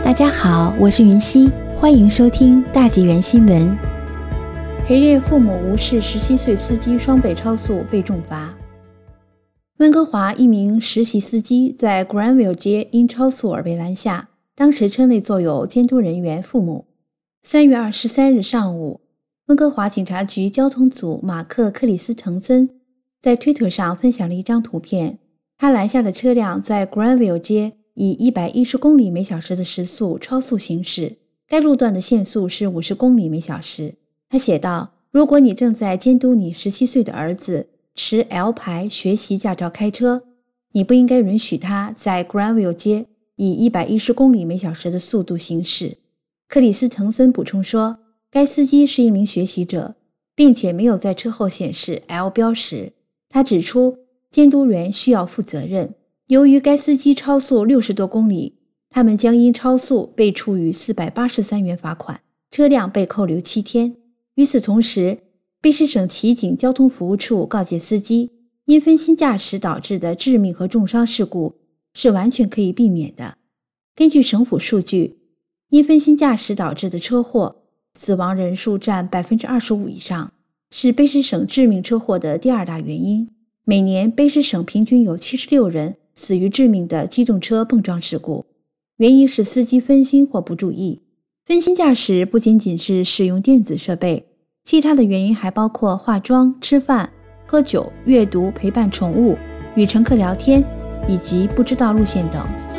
大家好，我是云溪，欢迎收听大纪元新闻。陪练父母无视17岁司机双倍超速被重罚。温哥华一名实习司机在 Granville 街因超速而被拦下，当时车内坐有监督人员父母。3月23日上午，温哥华警察局交通组马克·克里斯滕森在推特上分享了一张图片，他拦下的车辆在 Granville 街以110公里每小时的时速超速行驶，该路段的限速是50公里每小时。他写道，如果你正在监督你17岁的儿子持 L 牌学习驾照开车，你不应该允许他在 Granville 街以110公里每小时的速度行驶。克里斯滕森补充说，该司机是一名学习者，并且没有在车后显示 L 标识。他指出，监督员需要负责任。由于该司机超速60多公里，他们将因超速被处以483元罚款，车辆被扣留7天。与此同时，卑诗省骑警交通服务处告诫司机，因分心驾驶导致的致命和重伤事故是完全可以避免的。根据省府数据，因分心驾驶导致的车祸死亡人数占 25% 以上，是卑诗省致命车祸的第二大原因。每年卑诗省平均有76人死于致命的机动车碰撞事故，原因是司机分心或不注意。分心驾驶不仅仅是使用电子设备，其他的原因还包括化妆、吃饭、喝酒、阅读、陪伴宠物、与乘客聊天，以及不知道路线等。